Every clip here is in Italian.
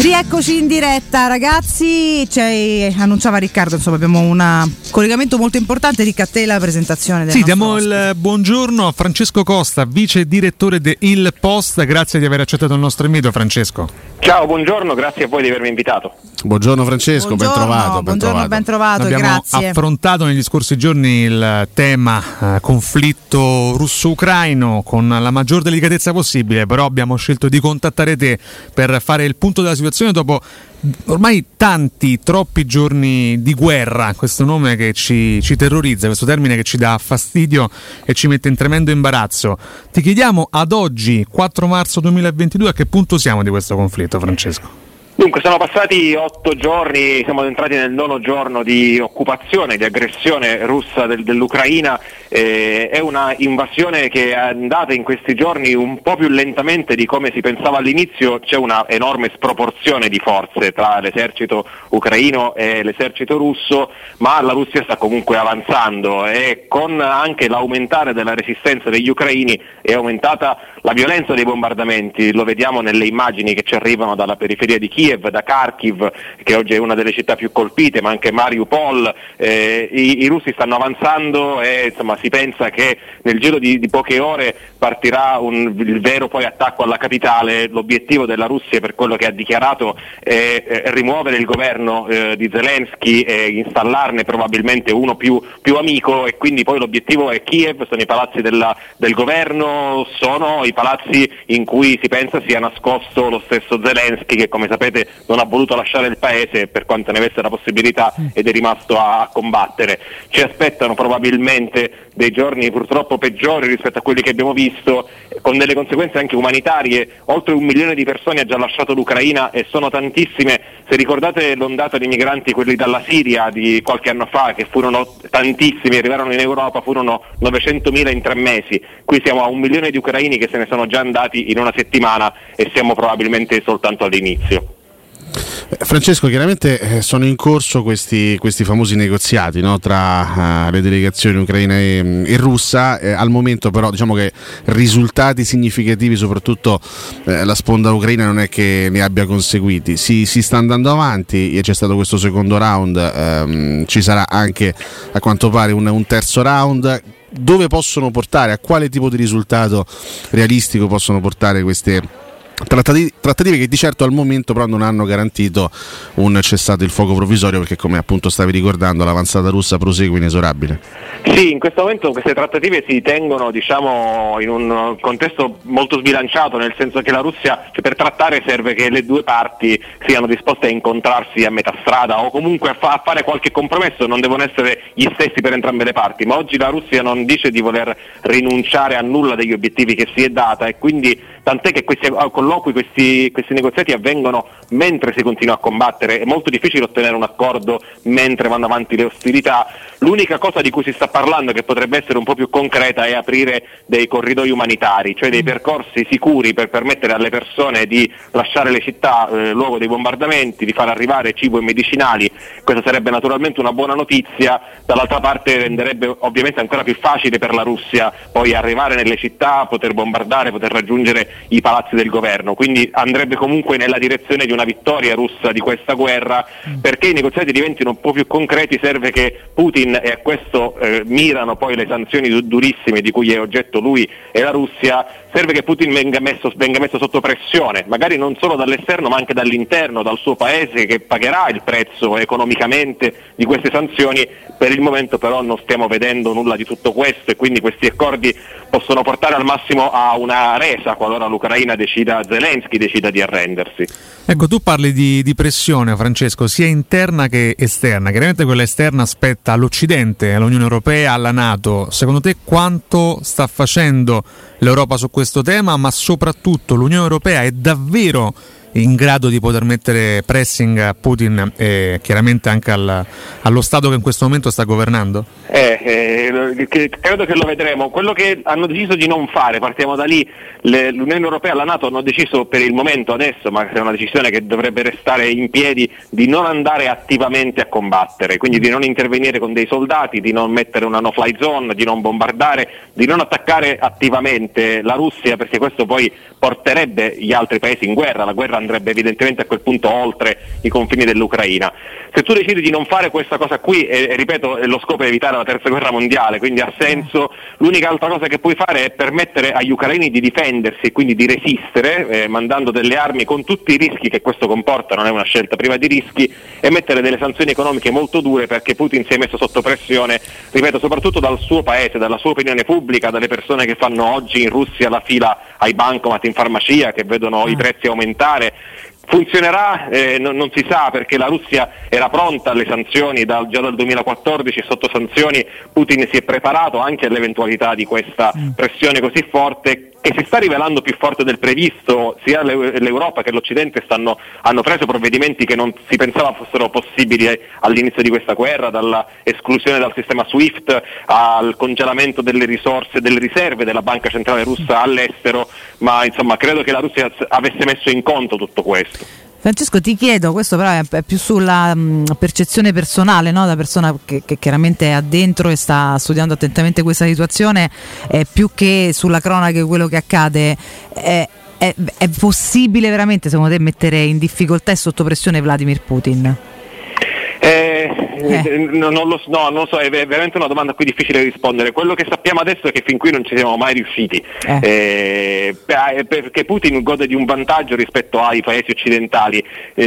Rieccoci in diretta, ragazzi. Annunciava Riccardo, insomma, abbiamo un collegamento molto importante. Ricca, a te la presentazione del diamo ospite. Il buongiorno a Francesco Costa, vice direttore de Il Post. Grazie di aver accettato il nostro invito, Francesco. Ciao, buongiorno, grazie a voi di avermi invitato. Buongiorno Francesco, ben trovato. Ben trovato, abbiamo grazie. affrontato negli scorsi giorni il tema conflitto russo-ucraino con la maggior delicatezza possibile, però abbiamo scelto di contattare te per fare il punto della situazione dopo ormai troppi giorni di guerra, questo nome che ci terrorizza, questo termine che ci dà fastidio e ci mette in tremendo imbarazzo. Ti chiediamo ad oggi, 4 marzo 2022, a che punto siamo di questo conflitto, Francesco? Dunque, sono passati 8 giorni, siamo entrati nel 9° giorno di occupazione, di aggressione russa dell'Ucraina. È una invasione che è andata in questi giorni un po' più lentamente di come si pensava all'inizio. C'è una enorme sproporzione di forze tra l'esercito ucraino e l'esercito russo, ma la Russia sta comunque avanzando e con anche l'aumentare della resistenza degli ucraini è aumentata la violenza dei bombardamenti. Lo vediamo nelle immagini che ci arrivano dalla periferia di Kiev, da Kharkiv, che oggi è una delle città più colpite, ma anche Mariupol. I russi stanno avanzando e insomma si pensa che nel giro di poche ore partirà il vero poi attacco alla capitale. L'obiettivo della Russia, per quello che ha dichiarato, è rimuovere il governo di Zelensky e installarne probabilmente uno più amico, e quindi poi l'obiettivo è Kiev, sono i palazzi del governo, sono i palazzi in cui si pensa sia nascosto lo stesso Zelensky, che come sapete non ha voluto lasciare il paese per quanto ne avesse la possibilità ed è rimasto a combattere. Ci aspettano probabilmente dei giorni purtroppo peggiori rispetto a quelli che abbiamo visto, con delle conseguenze anche umanitarie. Oltre 1 milione di persone ha già lasciato l'Ucraina e sono tantissime. Se ricordate l'ondata di migranti, quelli dalla Siria di qualche anno fa, che furono tantissimi, arrivarono in Europa, furono 900.000 in 3 mesi. Qui siamo a 1 milione di ucraini che se ne sono già andati in una settimana e siamo probabilmente soltanto all'inizio. Francesco, chiaramente sono in corso questi famosi negoziati, no, tra le delegazioni ucraina e russa. Al momento però diciamo che risultati significativi, soprattutto la sponda ucraina, non è che ne abbia conseguiti. Si sta andando avanti e c'è stato questo secondo round, ci sarà anche a quanto pare un terzo round. Dove possono portare, a quale tipo di risultato realistico possono portare queste trattative che di certo al momento però non hanno garantito un cessato il fuoco provvisorio, perché come appunto stavi ricordando l'avanzata russa prosegue inesorabile? Sì, in questo momento queste trattative si tengono in un contesto molto sbilanciato, nel senso che la Russia, per trattare serve che le due parti siano disposte a incontrarsi a metà strada o comunque a fare qualche compromesso, non devono essere gli stessi per entrambe le parti, ma oggi la Russia non dice di voler rinunciare a nulla degli obiettivi che si è data, e quindi tant'è che questi negoziati avvengono mentre si continua a combattere. È molto difficile ottenere un accordo mentre vanno avanti le ostilità. L'unica cosa di cui si sta parlando, che potrebbe essere un po' più concreta, è aprire dei corridoi umanitari, cioè dei percorsi sicuri per permettere alle persone di lasciare le città luogo dei bombardamenti, di far arrivare cibo e medicinali. Questa sarebbe naturalmente una buona notizia. Dall'altra parte renderebbe ovviamente ancora più facile per la Russia poi arrivare nelle città, poter bombardare, poter raggiungere i palazzi del governo, quindi andrebbe comunque nella direzione di una vittoria russa di questa guerra. Perché i negoziati diventino un po' più concreti serve che Putin, e a questo mirano poi le sanzioni durissime di cui è oggetto lui e la Russia, serve che Putin venga messo sotto pressione, magari non solo dall'esterno ma anche dall'interno, dal suo paese, che pagherà il prezzo economicamente di queste sanzioni. Per il momento però non stiamo vedendo nulla di tutto questo, e quindi questi accordi possono portare al massimo a una resa qualora l'Ucraina Zelensky decida di arrendersi. Ecco, tu parli di pressione, Francesco, sia interna che esterna. Chiaramente quella esterna spetta all'Occidente, all'Unione Europea, alla NATO. Secondo te quanto sta facendo l'Europa su questo tema, ma soprattutto l'Unione Europea è davvero in grado di poter mettere pressing a Putin e chiaramente anche allo Stato che in questo momento sta governando? Credo che lo vedremo. Quello che hanno deciso di non fare, partiamo da lì, l'Unione Europea e la NATO hanno deciso per il momento adesso, ma è una decisione che dovrebbe restare in piedi, di non andare attivamente a combattere, quindi di non intervenire con dei soldati, di non mettere una no-fly zone, di non bombardare, di non attaccare attivamente la Russia, perché questo poi porterebbe gli altri paesi in guerra. La guerra andrebbe evidentemente a quel punto oltre i confini dell'Ucraina. Se tu decidi di non fare questa cosa qui, e ripeto, lo scopo è evitare la terza guerra mondiale, quindi ha senso, l'unica altra cosa che puoi fare è permettere agli ucraini di difendersi e quindi di resistere, mandando delle armi con tutti i rischi che questo comporta, non è una scelta priva di rischi, e mettere delle sanzioni economiche molto dure, perché Putin si è messo sotto pressione, ripeto, soprattutto dal suo paese, dalla sua opinione pubblica, dalle persone che fanno oggi in Russia la fila ai bancomat in farmacia, che vedono i prezzi aumentare. Funzionerà? Non si sa, perché la Russia era pronta alle sanzioni già dal 2014, sotto sanzioni Putin si è preparato anche all'eventualità di questa pressione così forte, che si sta rivelando più forte del previsto. Sia l'Europa che l'Occidente hanno preso provvedimenti che non si pensava fossero possibili all'inizio di questa guerra, dalla esclusione dal sistema SWIFT al congelamento delle risorse, delle riserve della Banca Centrale Russa all'estero, ma insomma credo che la Russia avesse messo in conto tutto questo. Francesco, ti chiedo, questo però è più sulla percezione personale, no? Da persona che chiaramente è addentro e sta studiando attentamente questa situazione, più che sulla cronaca quello che accade. È possibile veramente, secondo te, mettere in difficoltà e sotto pressione Vladimir Putin? Non lo so, è veramente una domanda a cui è difficile rispondere. Quello che sappiamo adesso è che fin qui non ci siamo mai riusciti, perché Putin gode di un vantaggio rispetto ai paesi occidentali,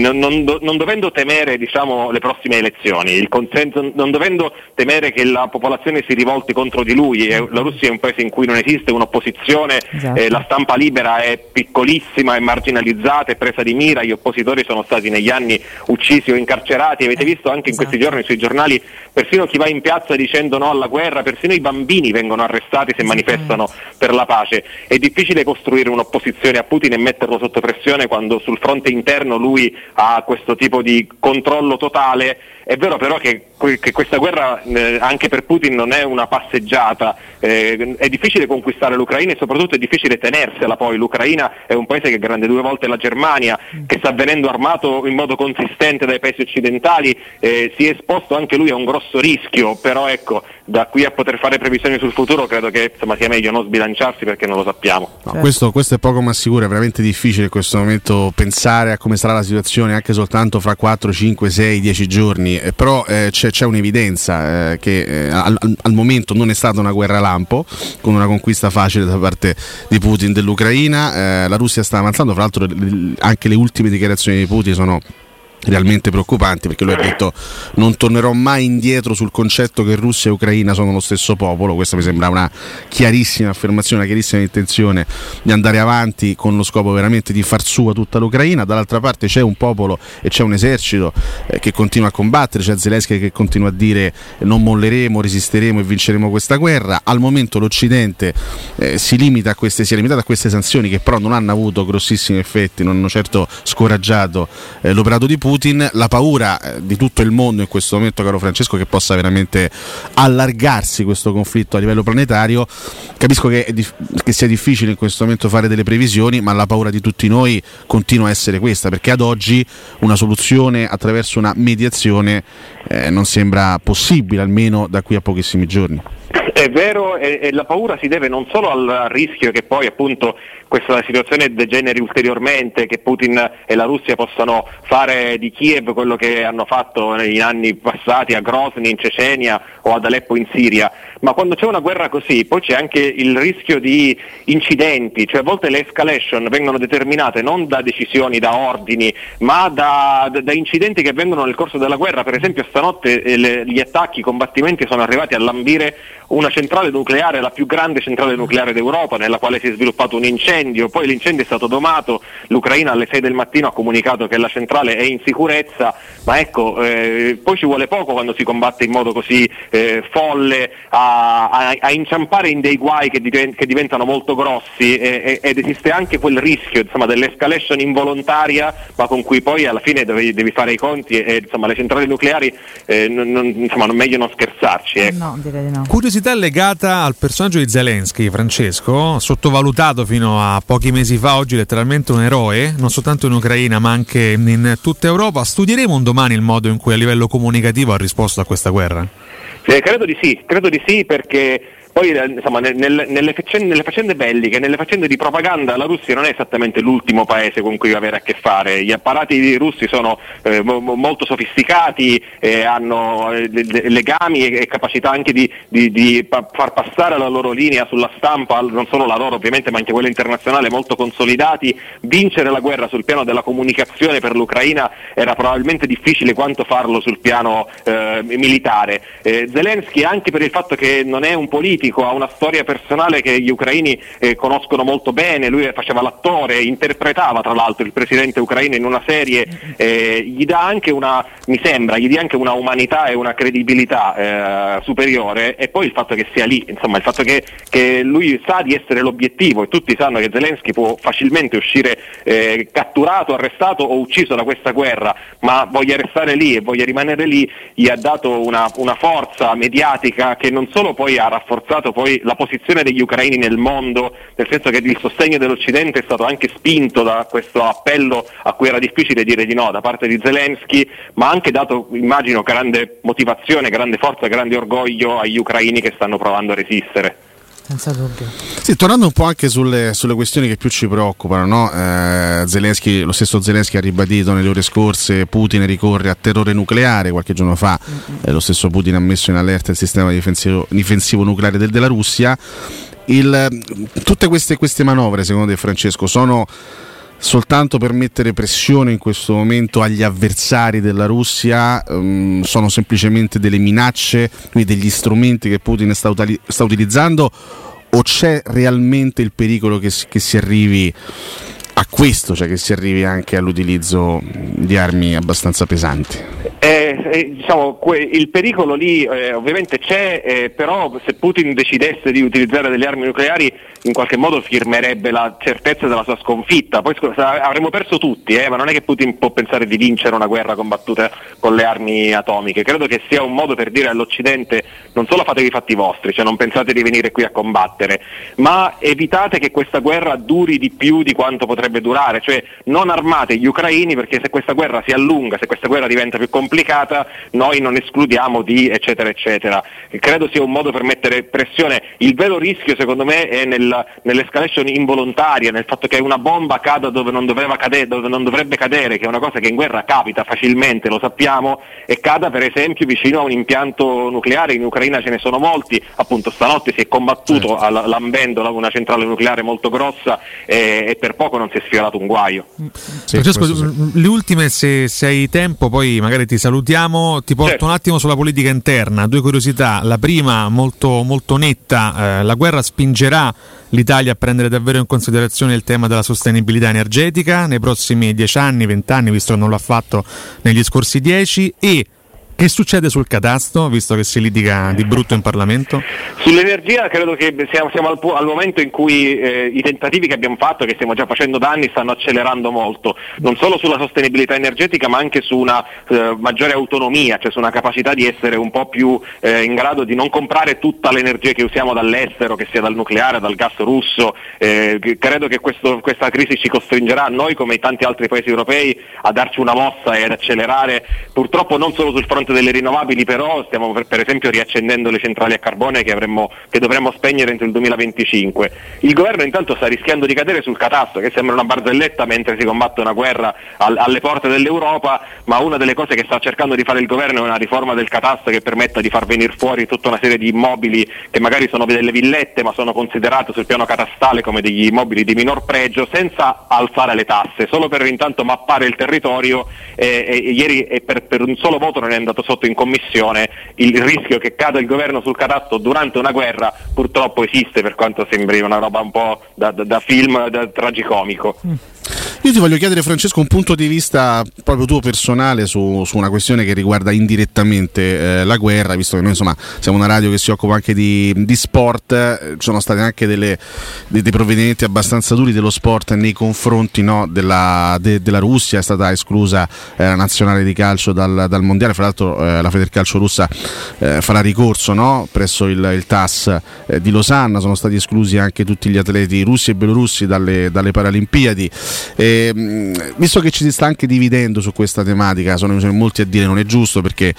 non dovendo temere, diciamo, le prossime elezioni, il consenso, non dovendo temere che la popolazione si rivolti contro di lui. La Russia è un paese in cui non esiste un'opposizione, esatto. La stampa libera è piccolissima, è marginalizzata, è presa di mira, gli oppositori sono stati negli anni uccisi o incarcerati. Avete visto anche in questi giorni sui giornali persino chi va in piazza dicendo no alla guerra, persino i bambini vengono arrestati se manifestano per la pace. È difficile costruire un'opposizione a Putin e metterlo sotto pressione quando sul fronte interno lui ha questo tipo di controllo totale. È vero però che questa guerra anche per Putin non è una passeggiata, è difficile conquistare l'Ucraina e soprattutto è difficile tenersela poi. L'Ucraina è un paese che è grande 2 volte la Germania, che sta venendo armato in modo consistente dai paesi occidentali, si è esposto anche lui a un grosso rischio, però ecco, da qui a poter fare previsioni sul futuro credo che insomma sia meglio non sbilanciarsi, perché non lo sappiamo. No, questo è poco ma sicuro, è veramente difficile in questo momento pensare a come sarà la situazione anche soltanto fra 4, 5, 6, 10 giorni, però c'è un'evidenza che al momento non è stata una guerra lampo con una conquista facile da parte di Putin dell'Ucraina. La Russia sta avanzando, fra l'altro anche le ultime dichiarazioni di Putin sono realmente preoccupanti, perché lui ha detto non tornerò mai indietro sul concetto che Russia e Ucraina sono lo stesso popolo. Questa mi sembra una chiarissima affermazione, una chiarissima intenzione di andare avanti con lo scopo veramente di far sua tutta l'Ucraina. Dall'altra parte c'è un popolo e c'è un esercito che continua a combattere, c'è Zelensky che continua a dire non molleremo, resisteremo e vinceremo questa guerra. Al momento l'Occidente si è limitato a queste sanzioni, che però non hanno avuto grossissimi effetti, non hanno certo scoraggiato l'operato di Putin. La paura di tutto il mondo in questo momento, caro Francesco, che possa veramente allargarsi questo conflitto a livello planetario. Capisco che sia difficile in questo momento fare delle previsioni, ma la paura di tutti noi continua a essere questa, perché ad oggi una soluzione attraverso una mediazione non sembra possibile, almeno da qui a pochissimi giorni. È vero, e la paura si deve non solo al rischio che poi appunto questa situazione degeneri ulteriormente, che Putin e la Russia possano fare di Kiev quello che hanno fatto negli anni passati a Grozny in Cecenia o ad Aleppo in Siria, ma quando c'è una guerra così poi c'è anche il rischio di incidenti, cioè a volte le escalation vengono determinate non da decisioni, da ordini, ma da incidenti che avvengono nel corso della guerra. Per esempio stanotte gli attacchi, i combattimenti sono arrivati a lambire una centrale nucleare, la più grande centrale nucleare d'Europa, nella quale si è sviluppato un incendio. Poi l'incendio è stato domato, l'Ucraina alle 6 del mattino ha comunicato che la centrale è in sicurezza, ma ecco, poi ci vuole poco quando si combatte in modo così folle a inciampare in dei guai che diventano molto grossi, ed esiste anche quel rischio, insomma, dell'escalation involontaria, ma con cui poi alla fine devi fare i conti, e insomma le centrali nucleari non meglio non scherzarci. Ecco. No, direi di no. Curiosità legata al personaggio di Zelensky, Francesco, sottovalutato fino a pochi mesi fa, oggi letteralmente un eroe, non soltanto in Ucraina ma anche in tutta Europa. Studieremo un domani il modo in cui a livello comunicativo ha risposto a questa guerra? Credo di sì, perché Poi insomma, nelle faccende belliche, nelle faccende di propaganda, la Russia non è esattamente l'ultimo paese con cui avere a che fare. Gli apparati russi sono molto sofisticati, hanno legami e capacità anche di far passare la loro linea sulla stampa, non solo la loro ovviamente ma anche quella internazionale, molto consolidati. Vincere la guerra sul piano della comunicazione per l'Ucraina era probabilmente difficile quanto farlo sul piano militare. Zelensky, anche per il fatto che non è un politico, ha una storia personale che gli ucraini conoscono molto bene. Lui faceva l'attore, interpretava tra l'altro il presidente ucraino in una serie, gli dà anche mi sembra, gli dà anche una umanità e una credibilità superiore. E poi il fatto che sia lì, insomma il fatto che lui sa di essere l'obiettivo, e tutti sanno che Zelensky può facilmente uscire catturato, arrestato o ucciso da questa guerra, ma voglia restare lì e voglia rimanere lì, gli ha dato una forza mediatica che non solo poi ha rafforzato poi la posizione degli ucraini nel mondo, nel senso che il sostegno dell'Occidente è stato anche spinto da questo appello a cui era difficile dire di no da parte di Zelensky, ma ha anche dato, immagino, grande motivazione, grande forza, grande orgoglio agli ucraini che stanno provando a resistere. Senza dubbio. Sì, tornando un po' anche sulle questioni che più ci preoccupano, no? Zelensky, lo stesso Zelensky ha ribadito nelle ore scorse: Putin ricorre a terrore nucleare. Qualche giorno fa lo stesso Putin ha messo in allerta il sistema difensivo nucleare della Russia. Tutte queste manovre, secondo te, Francesco, sono soltanto per mettere pressione in questo momento agli avversari della Russia? Sono semplicemente delle minacce, quindi degli strumenti che Putin sta utilizzando, o c'è realmente il pericolo che si arrivi a questo, cioè che si arrivi anche all'utilizzo di armi abbastanza pesanti? Diciamo, il pericolo lì ovviamente c'è, però se Putin decidesse di utilizzare delle armi nucleari in qualche modo firmerebbe la certezza della sua sconfitta. Poi avremmo perso tutti, ma non è che Putin può pensare di vincere una guerra combattuta con le armi atomiche. Credo che sia un modo per dire all'Occidente: non solo fatevi i fatti vostri, cioè non pensate di venire qui a combattere, ma evitate che questa guerra duri di più di quanto potrebbe durare, cioè non armate gli ucraini, perché se questa guerra si allunga, se questa guerra diventa più complicata, noi non escludiamo di eccetera eccetera. Credo sia un modo per mettere pressione. Il vero rischio secondo me è nell'escalation involontaria, nel fatto che una bomba cada dove non dovrebbe cadere, che è una cosa che in guerra capita facilmente, lo sappiamo, e cada per esempio vicino a un impianto nucleare. In Ucraina ce ne sono molti, appunto stanotte si è combattuto lambendo una centrale nucleare molto grossa e per poco non si è sfiorato un guaio. Francesco, le ultime, se hai tempo poi magari ti salutiamo, ti porto un attimo sulla politica interna. Due curiosità: la prima molto, molto netta, la guerra spingerà l'Italia a prendere davvero in considerazione il tema della sostenibilità energetica nei prossimi 10 anni, 20 anni, visto che non l'ha fatto negli scorsi 10, e che succede sul catasto, visto che si litiga di brutto in Parlamento? Sull'energia credo che siamo al momento in cui i tentativi che abbiamo fatto, che stiamo già facendo da anni, stanno accelerando molto, non solo sulla sostenibilità energetica ma anche su una maggiore autonomia, cioè su una capacità di essere un po' più in grado di non comprare tutta l'energia che usiamo dall'estero, che sia dal nucleare, dal gas russo. Credo che questa crisi ci costringerà, noi come i tanti altri paesi europei, a darci una mossa e ad accelerare, purtroppo non solo sul fronte delle rinnovabili, però stiamo per esempio riaccendendo le centrali a carbone che dovremmo spegnere entro il 2025. Il governo intanto sta rischiando di cadere sul catasto, che sembra una barzelletta mentre si combatte una guerra alle porte dell'Europa, ma una delle cose che sta cercando di fare il governo è una riforma del catasto che permetta di far venire fuori tutta una serie di immobili che magari sono delle villette ma sono considerate sul piano catastale come degli immobili di minor pregio, senza alzare le tasse, solo per intanto mappare il territorio. E ieri per un solo voto non è andato sotto in commissione. Il rischio che cada il governo sul catasto durante una guerra purtroppo esiste, per quanto sembri una roba un po' da film tragicomico. Io ti voglio chiedere, Francesco, un punto di vista proprio tuo personale su una questione che riguarda indirettamente la guerra, visto che noi insomma siamo una radio che si occupa anche di sport. Ci sono stati anche dei provvedimenti abbastanza duri dello sport nei confronti, no, della Russia. È stata esclusa la nazionale di calcio dal mondiale. Fra l'altro la Federcalcio russa farà ricorso, no, presso il TAS di Losanna. Sono stati esclusi anche tutti gli atleti russi e belorussi dalle Paralimpiadi. Visto che ci si sta anche dividendo su questa tematica, sono molti a dire non è giusto perché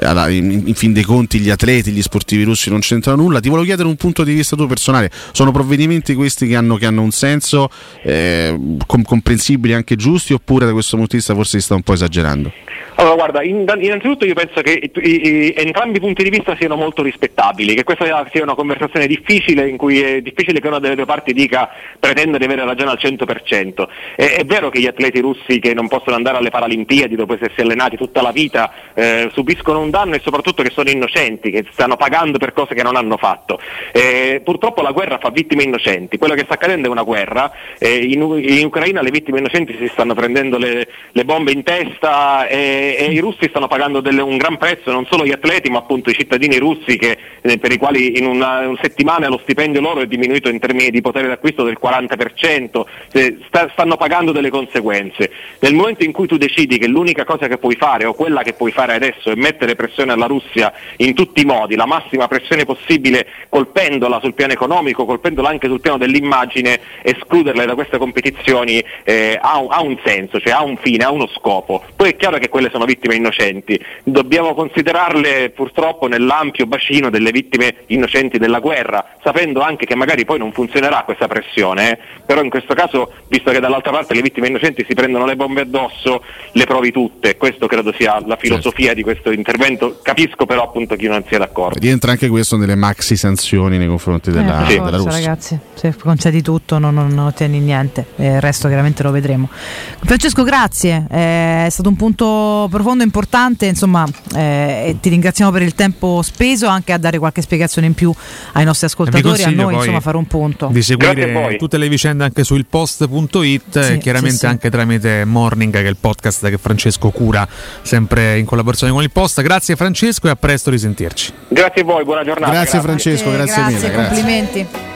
in fin dei conti gli atleti, gli sportivi russi non c'entrano nulla. Ti volevo chiedere un punto di vista tuo personale: sono provvedimenti questi che hanno un senso, comprensibili, anche giusti, oppure da questo punto di vista forse si sta un po' esagerando? Allora guarda, innanzitutto io penso che entrambi i punti di vista siano molto rispettabili, che questa sia una conversazione difficile in cui è difficile che una delle due parti dica pretenda di avere ragione al 100%. È vero che gli atleti russi che non possono andare alle Paralimpiadi dopo essersi allenati tutta la vita subiscono un danno, e soprattutto che sono innocenti, che stanno pagando per cose che non hanno fatto. Purtroppo la guerra fa vittime innocenti, quello che sta accadendo è una guerra, in Ucraina le vittime innocenti si stanno prendendo le bombe in testa e i russi stanno pagando un gran prezzo, non solo gli atleti ma appunto i cittadini russi per i quali in una settimana lo stipendio loro è diminuito in termini di potere d'acquisto del 40%, stanno pagando delle conseguenze. Nel momento in cui tu decidi che l'unica cosa che puoi fare, o quella che puoi fare adesso, è mettere pressione alla Russia in tutti i modi, la massima pressione possibile, colpendola sul piano economico, colpendola anche sul piano dell'immagine, escluderle da queste competizioni ha un senso, cioè ha un fine, ha uno scopo. Poi è chiaro che quelle sono vittime innocenti, dobbiamo considerarle purtroppo nell'ampio bacino delle vittime innocenti della guerra, sapendo anche che magari poi non funzionerà questa pressione, però in questo caso, visto che dall'altra parte le vittime innocenti si prendono le bombe addosso, le provi tutte. Questo credo sia la filosofia di questo intervento. Capisco però appunto chi non sia d'accordo. Rientra anche questo nelle maxi sanzioni nei confronti della Russia. Ragazzi, se concedi tutto non ottieni niente, il resto chiaramente lo vedremo. Francesco, grazie, è stato un punto profondo, importante, insomma, e ti ringraziamo per il tempo speso, anche a dare qualche spiegazione in più ai nostri ascoltatori, a noi insomma fare un punto. Di seguire tutte le vicende anche su ilpost.it e chiaramente anche tramite Morning, che è il podcast che Francesco cura sempre in collaborazione con il Post. Grazie Francesco e a presto, risentirci. Grazie a voi, buona giornata. Grazie Francesco, grazie mille. Complimenti.